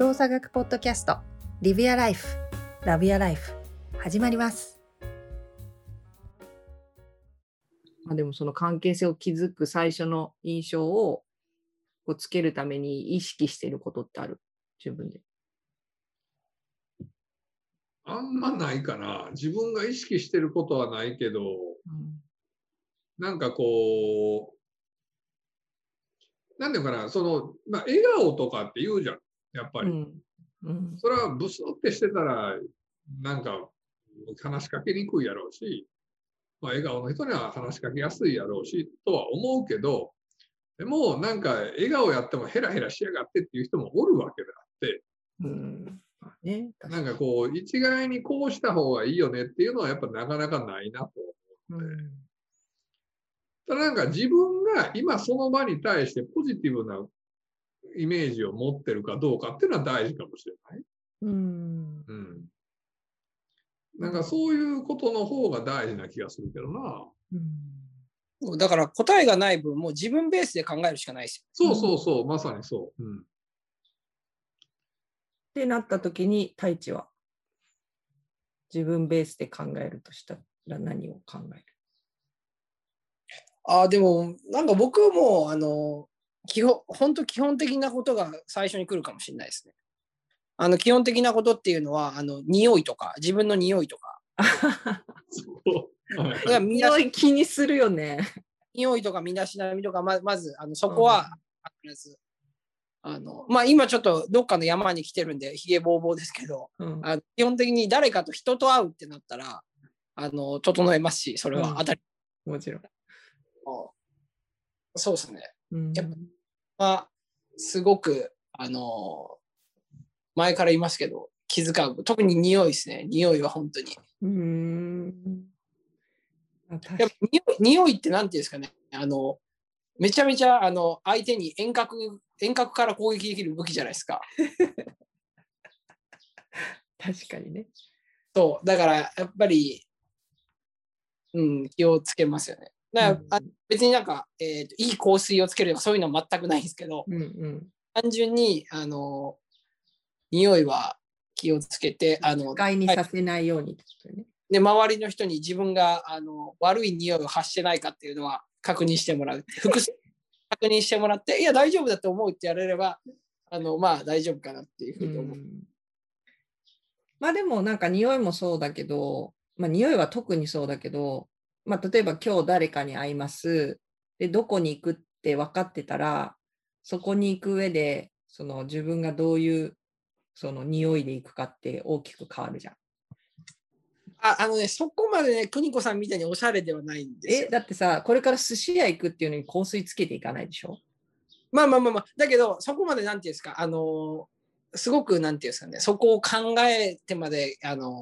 動作学ポッドキャスト Live Your Life Love Your Life 始まります。でもその関係性を築く最初の印象をこうつけるために意識していることってある？自分で。 あんまないかな。自分が意識してることはないけど、なんかこう、なんていうかな、笑顔とかって言うじゃん、やっぱり。それはブスってしてたら、なんか話しかけにくいやろうし、笑顔の人には話しかけやすいやろうし、とは思うけど、でもなんか笑顔やってもヘラヘラしやがってっていう人もおるわけであって、なんかこう一概にこうした方がいいよねっていうのはやっぱなかなかないなと思うので、ただなんか自分が今その場に対してポジティブなイメージを持ってるかどうかっていうのは大事かもしれない。なんかそういうことの方が大事な気がするけどな。 だから答えがない分、もう自分ベースで考えるしかないですよ。そう、まさにそう。 ってなった時に太一は自分ベースで考えるとしたら何を考える？ でもなんか僕も本当基本的なことが最初に来るかもしれないですね。基本的なことっていうのは匂いとか自分の匂いとか匂い気にするよね。 匂いとか身だしなみとかまずそこは必ず、今ちょっとどっかの山に来てるんでひげぼうぼうですけど、基本的に誰かと人と会うってなったら整えますし、それは当たり、 もちろんそうですね。やっぱすごく前から言いますけど気遣う、特に匂いですね。匂いは本当にやっぱ匂いってなんていうんですかね、めちゃめちゃ相手に遠隔から攻撃できる武器じゃないですか。 確かにね。 そうだからやっぱり、気をつけますよね。だから別になんか、いい香水をつけるとかそういうのは全くないんですけど、単純に匂いは気をつけて不快にさせないようにってことね。 で周りの人に自分が悪い匂いを発してないかっていうのは確認してもらう。複数確認してもらって、いや大丈夫だと思うってやれれば大丈夫かなっていうふうに思う。 でもなんか匂いもそうだけど、匂いは特にそうだけど、例えば今日誰かに会います。で、どこに行くって分かってたら、そこに行く上で、その自分がどういうその匂いで行くかって大きく変わるじゃん。 そこまでね、邦子さんみたいにおしゃれではないんですよ。 だってさ、これから寿司屋行くっていうのに香水つけていかないでしょ？ だけど、そこまでなんていうんですか、すごくなんていうんですかね、そこを考えてまで、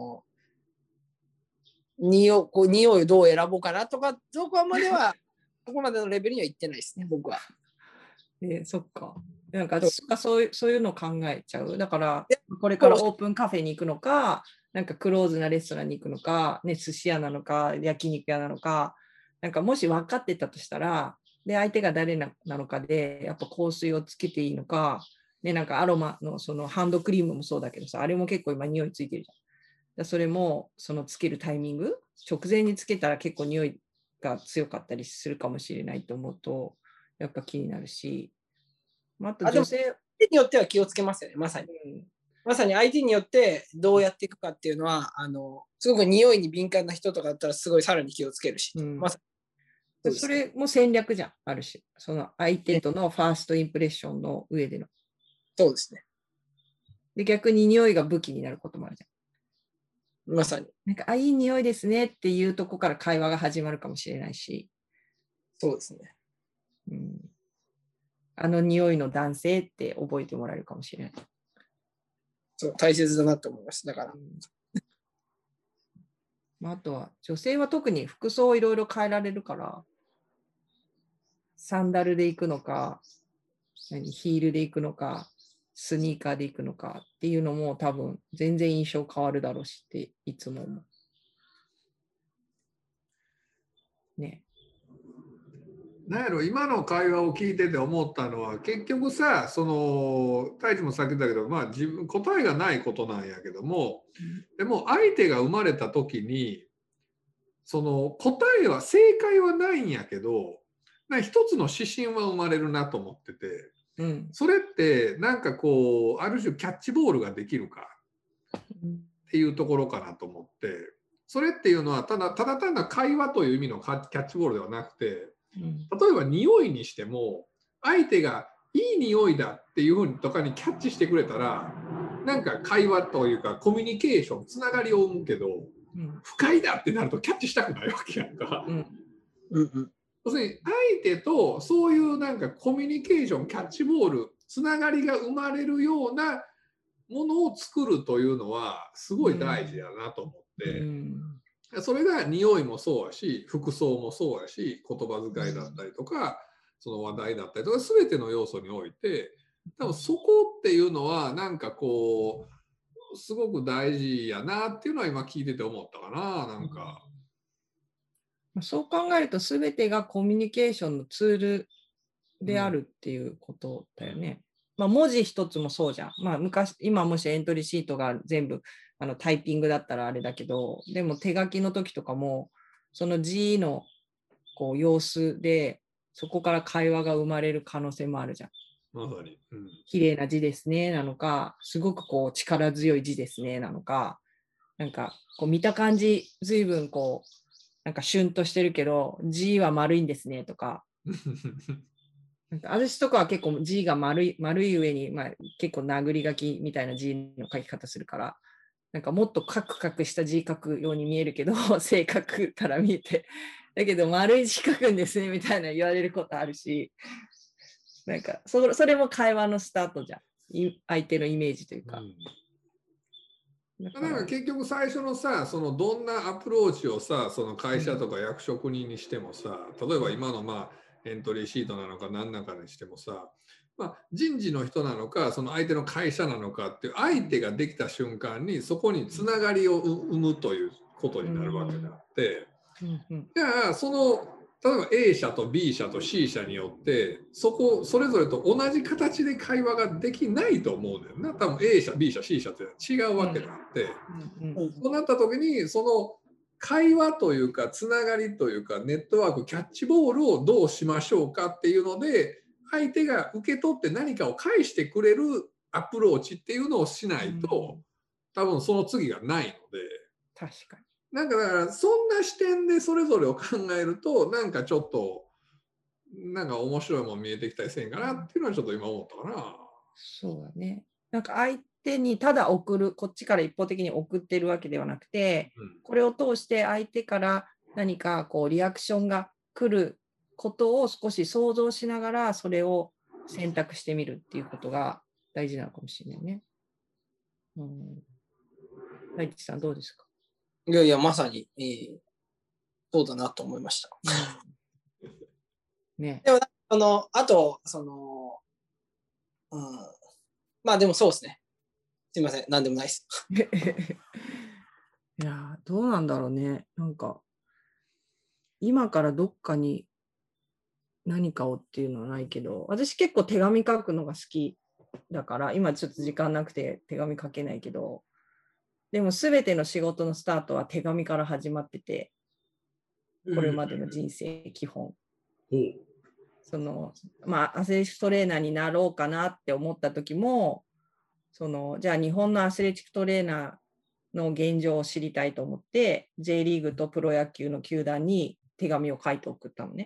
匂いをどう選ぼうかなとか、そこまでは、そこまでのレベルには行ってないですね、僕は。 そっか。なんかそういうのを考えちゃう。だから、これからオープンカフェに行くのか、なんかクローズなレストランに行くのか、ね、寿司屋なのか、焼肉屋なのか、なんかもし分かってたとしたら、で、相手が誰なのかで、やっぱ香水をつけていいのか、ね、なんかアロマのそのハンドクリームもそうだけどさ、あれも結構今匂いついてるじゃん。それもそのつけるタイミング、直前につけたら結構匂いが強かったりするかもしれないと思うと、やっぱ気になるし、あと女性相手によっては気をつけますよね、まさに。まさに相手によってどうやっていくかっていうのは、すごく匂いに敏感な人とかだったらすごいさらに気をつけるし、 それも戦略じゃん、ある種。その相手とのファーストインプレッションの上での。 そうですね。 で、逆に匂いが武器になることもあるじゃん。まさに。 なんか、いい匂いですねっていうとこから会話が始まるかもしれないし。 そうですね。 あの匂いの男性って覚えてもらえるかもしれない。 そう、大切だなと思います。だから。 あとは、女性は特に服装をいろいろ変えられるから、サンダルで行くのか、ヒールで行くのか、スニーカーで行くのかっていうのも多分全然印象変わるだろうしっていつも思う。ね。 なんやろ、今の会話を聞いてて思ったのは、結局さ、その太一もさっき言ったけど、まあ自分答えがないことなんやけども、でも相手が生まれた時にその答えは正解はないんやけど、一つの指針は生まれるなと思ってて、それってなんかこうある種キャッチボールができるかっていうところかなと思って、それっていうのはただ単な会話という意味のキャッチボールではなくて、例えば匂いにしても相手がいい匂いだっていうふうにとかにキャッチしてくれたら、なんか会話というかコミュニケーションつながりを生むけど、不快だってなるとキャッチしたくないわけやんか。要するに相手とそういうなんかコミュニケーション、キャッチボール、つながりが生まれるようなものを作るというのはすごい大事だなと思って、それが匂いもそうやし、服装もそうやし、言葉遣いだったりとか、その話題だったりとか、全ての要素において、多分そこっていうのはなんかこうすごく大事やなっていうのは今聞いてて思ったかな、なんか。 そう考えると全てがコミュニケーションのツールであるっていうことだよね。文字一つもそうじゃん。今もしエントリーシートが全部タイピングだったらあれだけど、でも手書きの時とかもその字のこう様子でそこから会話が生まれる可能性もあるじゃん。 まさに。 綺麗な字ですねなのか、すごくこう力強い字ですねなのか、なんかこう見た感じ随分こうなんかシュンとしてるけど字は丸いんですねとか。なんか私とかは結構字が丸い上に、結構殴り書きみたいな字の書き方するから、なんかもっとカクカクした字書くように見えるけど正確から見えて、だけど丸い字書くんですねみたいな言われることあるし、なんかそれも会話のスタートじゃん、相手のイメージというか。 なんか結局最初のさ、そのどんなアプローチをさ、その会社とか役職人にしてもさ、例えば今のエントリーシートなのか何なのかにしてもさ、人事の人なのかその相手の会社なのかっていう相手ができた瞬間にそこにつながりを生むということになるわけであって、じゃあその例えば A 社と B 社と C 社によってそれぞれと同じ形で会話ができないと思うんだよな。多分 A 社 B 社 C 社って違うわけであって、そうなった時にその会話というかつながりというかネットワークキャッチボールをどうしましょうかっていうので、相手が受け取って何かを返してくれるアプローチっていうのをしないと、多分その次がないので。 確かに。 なんかだからそんな視点でそれぞれを考えると、なんかちょっとなんか面白いもん見えてきたりせんかなっていうのはちょっと今思ったかな。 そうだね。なんか相手にただ送る、こっちから一方的に送ってるわけではなくて、これを通して相手から何かこうリアクションが来ることを少し想像しながらそれを選択してみるっていうことが大事なのかもしれないね。大地さんどうですか？ いやいや、まさに、そうだなと思いました。 ね。 でもあとでもそうですね。すいません、なんでもないです。 いや、どうなんだろうね。なんか今からどっかに何かをっていうのはないけど、私結構手紙書くのが好きだから、今ちょっと時間なくて手紙書けないけど、でも全ての仕事のスタートは手紙から始まってて、これまでの人生基本。アスレチックトレーナーになろうかなって思った時も、じゃあ日本のアスレチックトレーナーの現状を知りたいと思って、J リーグとプロ野球の球団に手紙を書いて送ったのね。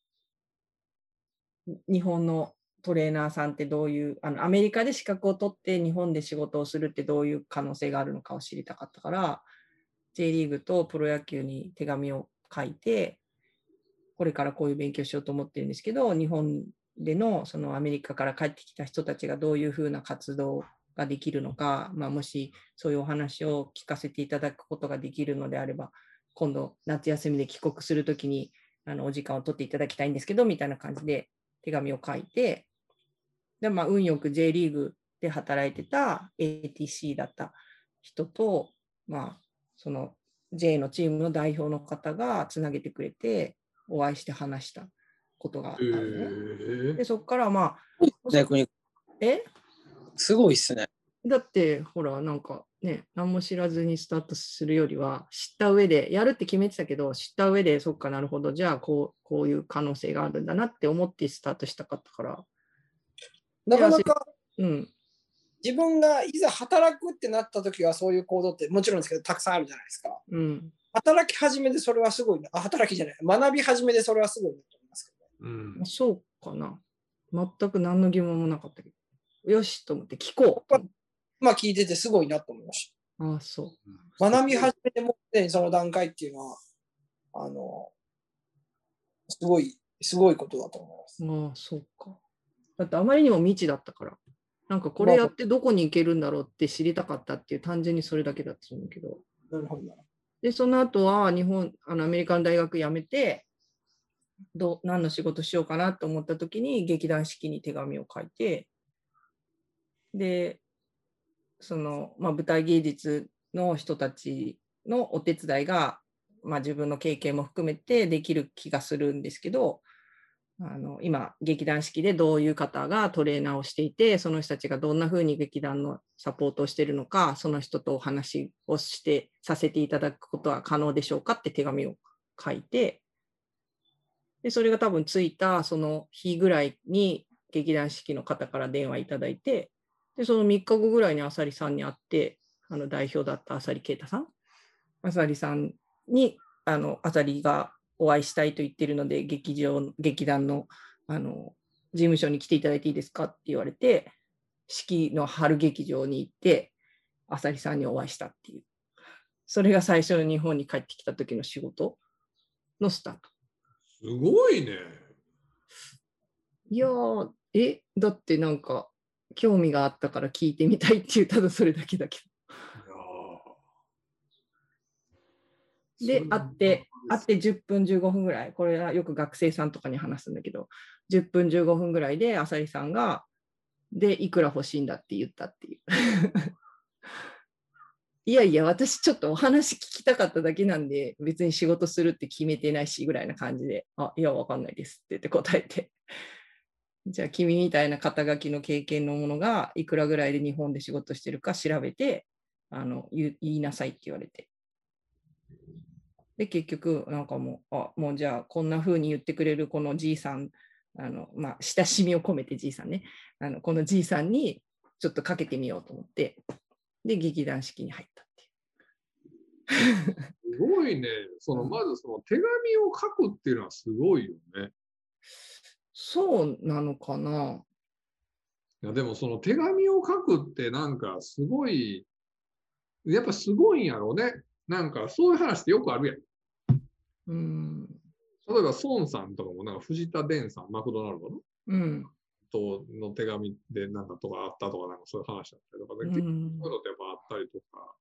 日本のトレーナーさんってどういう、アメリカで資格を取って日本で仕事をするってどういう可能性があるのかを知りたかったから、J リーグとプロ野球に手紙を書いて、これからこういう勉強しようと思ってるんですけど、日本でのそのアメリカから帰ってきた人たちがどういうふうな活動ができるのか、もしそういうお話を聞かせていただくことができるのであれば、今度夏休みで帰国するときにお時間を取っていただきたいんですけどみたいな感じで手紙を書いて、で運よく J リーグで働いてた ATC だった人と、その J のチームの代表の方がつなげてくれてお会いして話した。 ことがあるね。で、そこからまあ、 すごいっすね。 だってほらなんかね、何も知らずにスタートするよりは知った上でやるって決めてたけど、知った上でそっかなるほど、じゃあこういう可能性があるんだなって思ってスタートしたかったから、 なかなか、 自分がいざ働くってなった時はそういう行動ってもちろんですけどたくさんあるじゃないですか。働き始めでそれはすごいな。働きじゃない。学び始めでそれはすごいなと思いますけど。そうかな。全く何の疑問もなかったけど。よしと思って聞こう。 まあ聞いててすごいなと思いました。 ああ、そう。 学び始めてもその段階っていうのは、すごいことだと思います。ああ、そうか。だってあまりにも未知だったから。なんかこれやってどこに行けるんだろうって知りたかったっていう単純にそれだけだったと思うけど。 なるほど。 で、その後はアメリカの大学辞めて、何の仕事しようかなと思った時に劇団四季に手紙を書いて、で、舞台芸術の人たちのお手伝いが、自分の経験も含めてできる気がするんですけど、今劇団四季でどういう方がトレーナーをしていて、その人たちがどんなふうに劇団のサポートをしているのか、その人とお話をさせていただくことは可能でしょうかって手紙を書いて、でそれが多分着いたその日ぐらいに劇団四季の方から電話いただいて、でその3日後ぐらいに浅利さんに会って、代表だった浅利啓太さん、浅利さんに浅利がお会いしたいと言っているので劇団の事務所に来ていただいていいですかって言われて、四季の春劇場に行って浅利さんにお会いしたっていう、それが最初の日本に帰ってきた時の仕事のスタート。 すごいね。 いやだってなんか興味があったから聞いてみたいっていう、ただそれだけだけど。で、会って10分15分ぐらい、これはよく学生さんとかに話すんだけど、10分15分ぐらいで浅利さんが、で、いくら欲しいんだって言ったっていう。いやいや、私ちょっとお話聞きたかっただけなんで、別に仕事するって決めてないし、ぐらいな感じで、いや、わかんないですって言って答えて。じゃあ、君みたいな肩書きの経験のものがいくらぐらいで日本で仕事してるか調べて、言いなさいって言われて。で、結局、なんかもうじゃあ、こんな風に言ってくれるこのじいさん、親しみを込めてじいさんね、このじいさんにちょっとかけてみようと思って、で、劇団四季に入ったっていう。 すごいね。まず手紙を書くっていうのはすごいよね。 そうなのかな。 いやでも手紙を書くってなんかすごい、やっぱすごいんやろうね。なんかそういう話ってよくあるやん。例えば孫さんとかもなんか藤田伝さん、マクドナルドの、の手紙でなんかとかあったとか、なんかそういう話だったりとか、そういうのってやっぱあったりとか。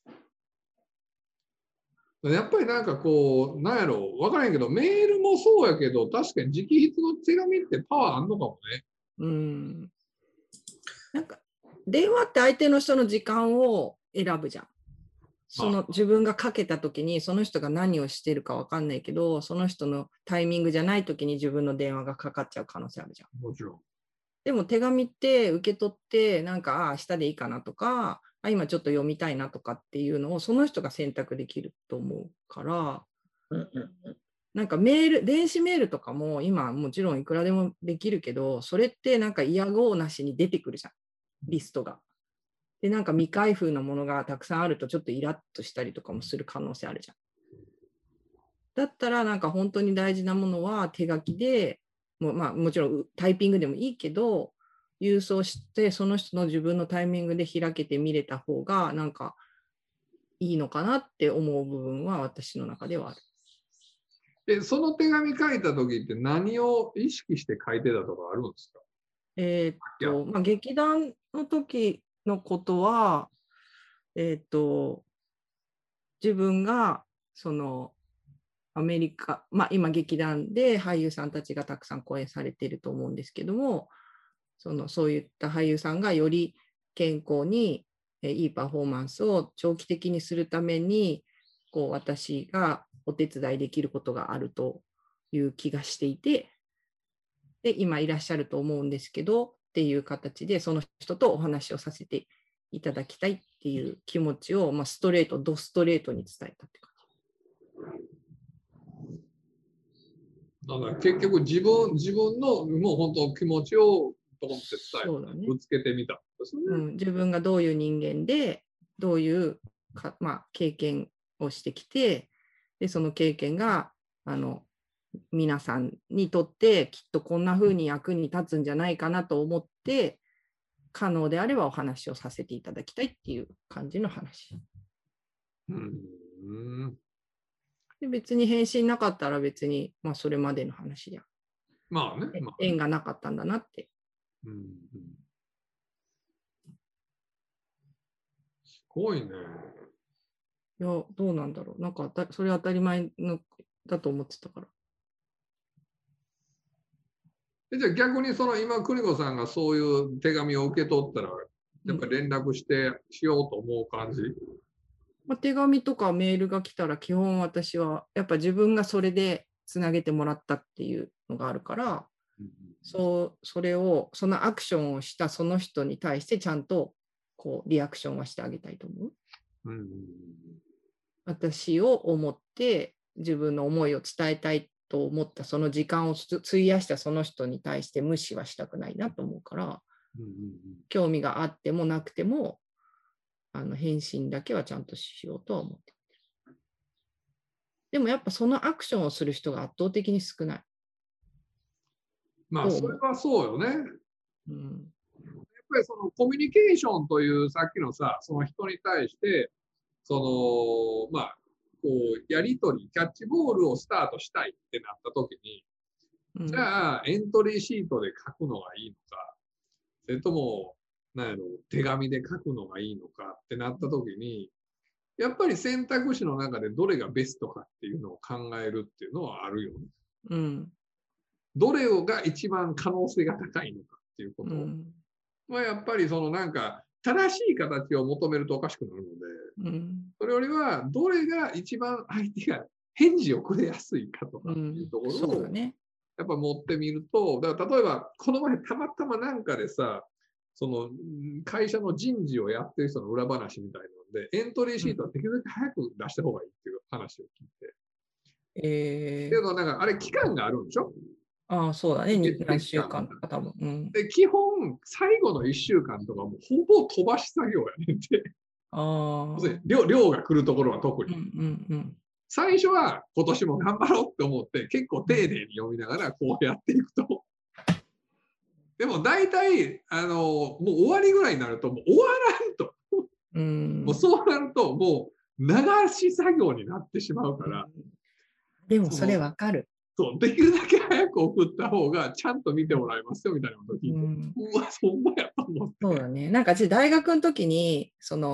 やっぱりなんかなんやろう、わからんけど、メールもそうやけど、確かに直筆の手紙ってパワーあんのかもね。 なんか、電話って相手の人の時間を選ぶじゃん。自分がかけた時に、その人が何をしてるかわかんないけど、その人のタイミングじゃない時に自分の電話がかかっちゃう可能性あるじゃん。 もちろん。 でも手紙って受け取って、なんか、明日でいいかなとか、今ちょっと読みたいなとかっていうのをその人が選択できると思うから、なんか電子メールとかも今もちろんいくらでもできるけど、それってなんか嫌顔なしに出てくるじゃん、リストが。で、なんか未開封のものがたくさんあるとちょっとイラッとしたりとかもする可能性あるじゃん。だったらなんか本当に大事なものは手書きで、もちろんタイピングでもいいけど、郵送してその人の自分のタイミングで開けて見れた方がなんかいいのかなって思う部分は私の中ではある。 で、その手紙書いた時って何を意識して書いてたとかあるんですか？ 劇団の時のことは、自分がアメリカ、今劇団で俳優さんたちがたくさん公演されていると思うんですけども、そういった俳優さんがより健康にいいパフォーマンスを長期的にするために、私がお手伝いできることがあるという気がしていて、 で今いらっしゃると思うんですけどっていう形でその人とお話をさせていただきたいっていう気持ちを、ストレート、ドストレートに伝えたって感じ。だから結局自分のもう本当気持ちをドンって伝えて、ぶつけてみたんですね。 自分がどういう人間でどういう経験をしてきて、でその経験が皆さんにとってきっとこんな風に役に立つんじゃないかなと思って可能であればお話をさせていただきたいっていう感じの話。で別に返信なかったら別に、それまでの話じゃん。縁がなかったんだなって。 すごいね。 いや、どうなんだろう。なんかそれ当たり前のだと思ってたから。 じゃあ逆に今、邦子さんがそういう手紙を受け取ったら、やっぱ連絡しようと思う感じ？ 手紙とかメールが来たら基本私はやっぱ自分がそれでつなげてもらったっていうのがあるから、そのアクションをしたその人に対してちゃんとリアクションはしてあげたいと思う。私を思って自分の思いを伝えたいと思ったその時間を費やしたその人に対して無視はしたくないなと思うから、興味があってもなくても返信だけはちゃんとしようとは思ってる。でもやっぱそのアクションをする人が圧倒的に少ない。 それはそうよね。やっぱりコミュニケーションというさっきのさ、その人に対してやり取り、キャッチボールをスタートしたいってなった時に、じゃあエントリーシートで書くのがいいのか、それとも手紙で書くのがいいのかってなった時に、やっぱり選択肢の中でどれがベストかっていうのを考えるっていうのはあるよね。どれが一番可能性が高いのかっていうことは、やっぱり正しい形を求めるとおかしくなるので、それよりはどれが一番相手が返事をくれやすいかとかっていうところをやっぱ持ってみると、だから例えばこの前たまたまなんかでさ、会社の人事をやってる人の裏話みたいなので、エントリーシートはできるだけ早く出した方がいいっていう話を聞いて。けどあれ期間があるんでしょ？ そうだね。何週間とか多分。 で基本最後の1週間とかもほぼ飛ばし作業やねんて。量が来るところは特に。最初は今年も頑張ろうって思って結構丁寧に読みながらこうやっていくと。でも大体もう終わりぐらいになるともう終わらんと。もうそうなるともう流し作業になってしまうから。 でもそれわかる。 そうできるだけ早く送った方がちゃんと見てもらえますよみたいなこと聞いて、うわそんなやと思って。 そうだね。私大学の時に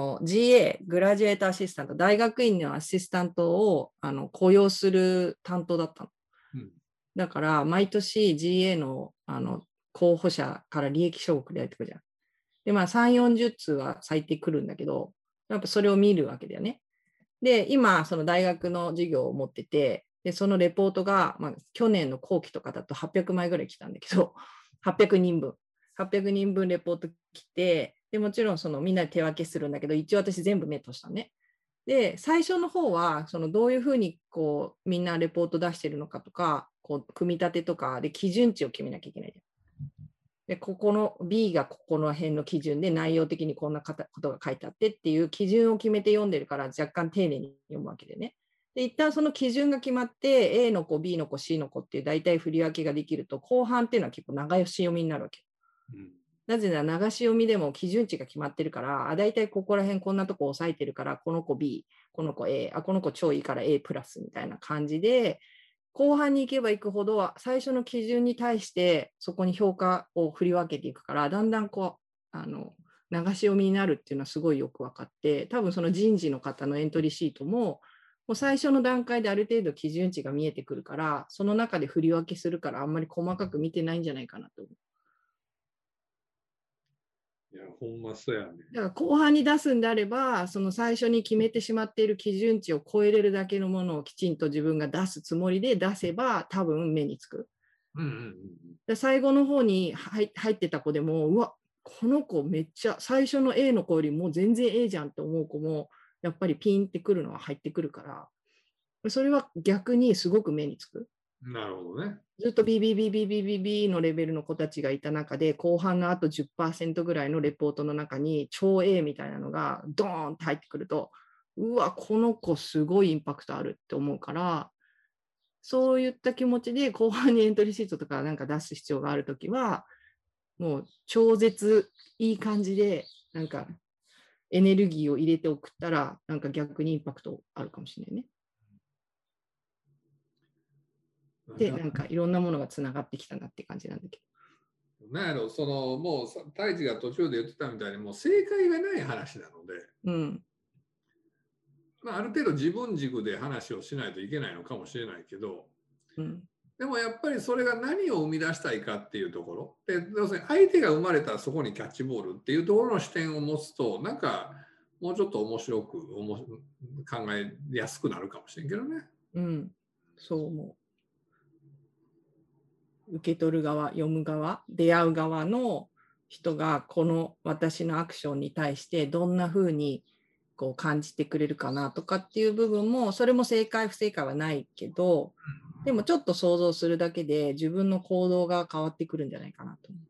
GA グラジュエートアシスタント、大学院のアシスタントを雇用する担当だったの。だから毎年 GA の候補者から利益証拠でやってくるじゃん。で3、40通は最低来るんだけど、やっぱそれを見るわけだよね。で今その大学の授業を持ってて、でそのレポートが、去年の後期とかだと800枚ぐらい来たんだけど、800人分レポート来て、でもちろんみんなで手分けするんだけど、一応私全部目通したね。で最初の方はどういうふうにみんなレポート出してるのかとか、組み立てとかで基準値を決めなきゃいけない。でここの B がここの辺の基準で内容的にこんなことが書いてあってっていう基準を決めて読んでるから若干丁寧に読むわけでね。で一旦その基準が決まって A の子 B の子 C の子っていう大体振り分けができると、後半っていうのは結構長し読みになるわけ。なぜなら流し読みでも基準値が決まってるから、大体ここら辺こんなとこ押さえてるから、この子 B この子 A この子超いいから A プラスみたいな感じで、後半に行けば行くほど最初の基準に対してそこに評価を振り分けていくから、だんだん流し読みになるっていうのはすごいよく分かって、多分その人事の方のエントリーシートももう最初の段階である程度基準値が見えてくるから、その中で振り分けするからあんまり細かく見てないんじゃないかなと思う。 いやほんまそうやね。 だから後半に出すんであれば、その最初に決めてしまっている基準値を超えれるだけのものをきちんと自分が出すつもりで出せば多分目につく。 で最後の方に入ってた子でも、うわ、この子めっちゃ最初の A の子よりも全然 A じゃんって思う子もやっぱりピンってくるのは入ってくるから、それは逆にすごく目につく。 なるほどね。 ずっと BBBBBBB のレベルの子たちがいた中で、後半のあと 10% ぐらいのレポートの中に超 A みたいなのがドーンって入ってくると、うわ、この子すごいインパクトあるって思うから、そういった気持ちで後半にエントリーシートとかなんか出す必要があるときは、もう超絶いい感じで、なんかエネルギーを入れておくったら、なんか逆にインパクトあるかもしれないね。で、なんかいろんなものがつながってきたなって感じなんだけど。なんやろ、もう太一が途中で言ってたみたいに、もう正解がない話なので、ある程度自分軸で話をしないといけないのかもしれないけど、でもやっぱりそれが何を生み出したいかっていうところで、要するに相手が生まれたらそこにキャッチボールっていうところの視点を持つと、なんかもうちょっと面白く考えやすくなるかもしれんけどね。 そう思う。受け取る側、読む側、出会う側の人がこの私のアクションに対してどんな風にこう感じてくれるかなとかっていう部分も、それも正解不正解はないけど、でもちょっと想像するだけで自分の行動が変わってくるんじゃないかなと思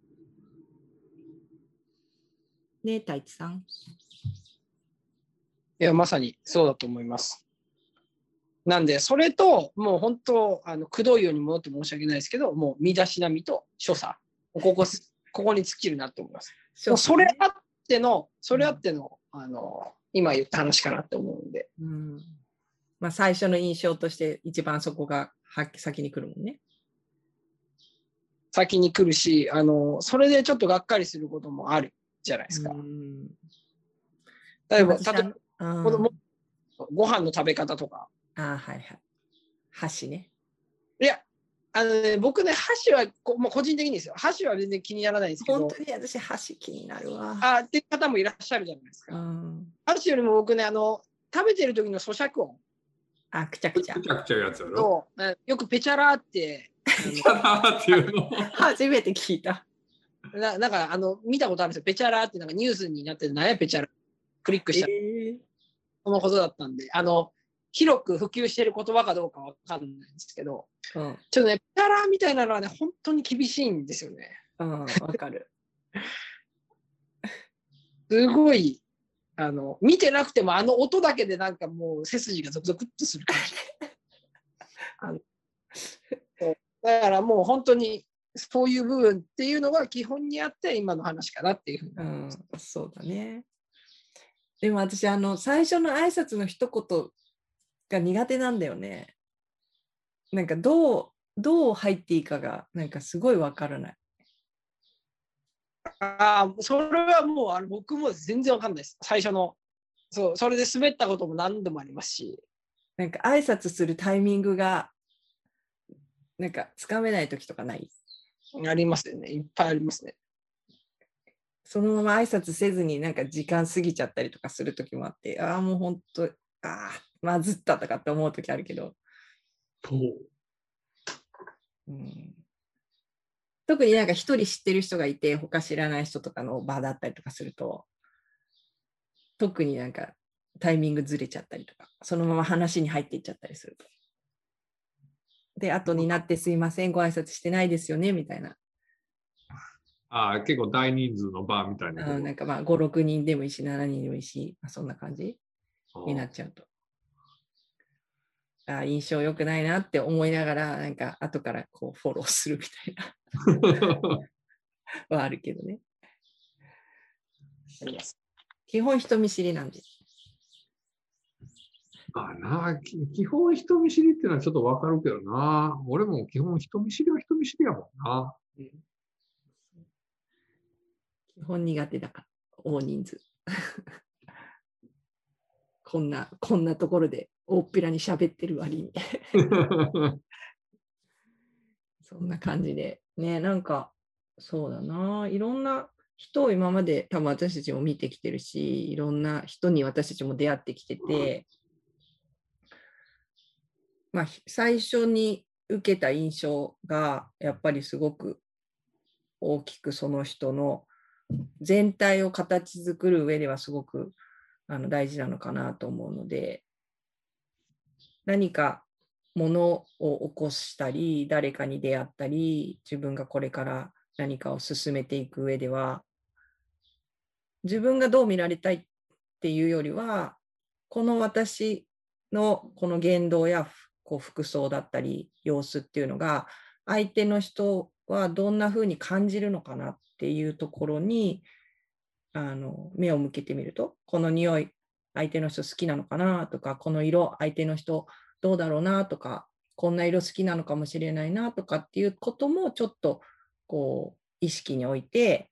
う。ねえ、太一さん。 いや、まさにそうだと思います。なんで、それと、もう本当、くどいように戻って申し訳ないですけど、もう身だしなみと所作、ここに尽きるなと思います。それあっての、今言った話かなって思うんで。 最初の印象として一番そこが先に来るもんね。 先に来るし、それでちょっとがっかりすることもあるじゃないですか。例えばご飯の食べ方とか。 箸ね。 いや、僕ね、箸はもう個人的にですよ。箸は全然気にならないんですけど。 本当に私、箸気になるわ。 っていう方もいらっしゃるじゃないですか。箸よりも僕ね、食べてる時の咀嚼音。 くちゃくちゃ。 くちゃくちゃやつやろ。 よくペチャラーって。 ペチャラーっていうの初めて聞いた。 なんか見たことあるんですよ。ペチャラーってなんかニュースになってる何やペチャラー。クリックしたら。そのことだったんで、広く普及している言葉かどうかわかんないんですけど、ちょっとね、ペチャラーみたいなのはね、本当に厳しいんですよね。 わかる。 すごい、見てなくても音だけでなんかもう背筋がゾクゾクっとする感じ。だからもう本当にそういう部分っていうのが基本にあって今の話かなっていうふうに思います。 そうだね。でも私最初の挨拶の一言が苦手なんだよね。なんかどう入っていいかがなんかすごいわからない。 それはもう僕も全然わかんないです。最初のそれで滑ったことも何度もありますし、 なんか挨拶するタイミングがなんかつかめない時とかない？ ありますよね。いっぱいありますね。 そのまま挨拶せずになんか時間過ぎちゃったりとかする時もあって、もう本当まずったとかって思う時あるけど、特になんか一人知ってる人がいて他知らない人とかの場だったりとかすると、特になんかタイミングずれちゃったりとか、そのまま話に入っていっちゃったりすると。で、後になってすいません、ご挨拶してないですよね、みたいな。 結構大人数の場みたいな。 なんか5、6人でもいいし、7人でもいいし、そんな感じになっちゃうと。印象良くないなって思いながら、なんか後からこうフォローするみたいなはあるけどね。基本人見知りなんです。 基本人見知りっていうのはちょっとわかるけどな。俺も基本人見知りは人見知りやもんな。 基本苦手だから、大人数。こんなところで大っぴらに喋ってる割に。そんな感じで。ね、なんか、そうだな。いろんな人を今まで多分私たちも見てきてるし、いろんな人に私たちも出会ってきてて、最初に受けた印象がやっぱりすごく大きくその人の全体を形作る上ではすごく大事なのかなと思うので、何かものを起こしたり、誰かに出会ったり、自分がこれから何かを進めていく上では、自分がどう見られたいっていうよりは、この私のこの言動や服装だったり様子っていうのが、相手の人はどんな風に感じるのかなっていうところに目を向けてみると、この匂い相手の人好きなのかなとか、この色相手の人どうだろうなとか、こんな色好きなのかもしれないなとかっていうこともちょっとこう意識に置いて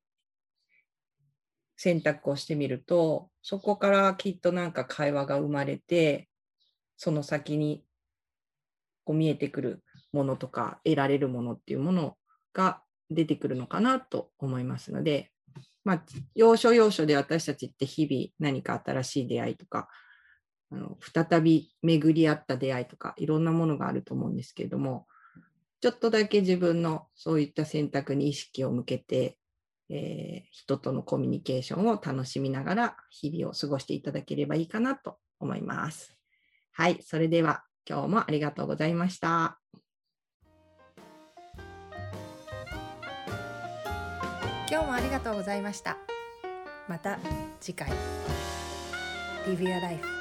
選択をしてみると、そこからきっとなんか会話が生まれて、その先にこう見えてくるものとか得られるものっていうものが出てくるのかなと思いますので、まあ、要所要所で私たちって日々何か新しい出会いとか、再び巡り合った出会いとか、いろんなものがあると思うんですけれども、ちょっとだけ自分のそういった選択に意識を向けて、人とのコミュニケーションを楽しみながら日々を過ごしていただければいいかなと思います。はい、それでは今日もありがとうございました。 今日もありがとうございました。また次回。Live your life.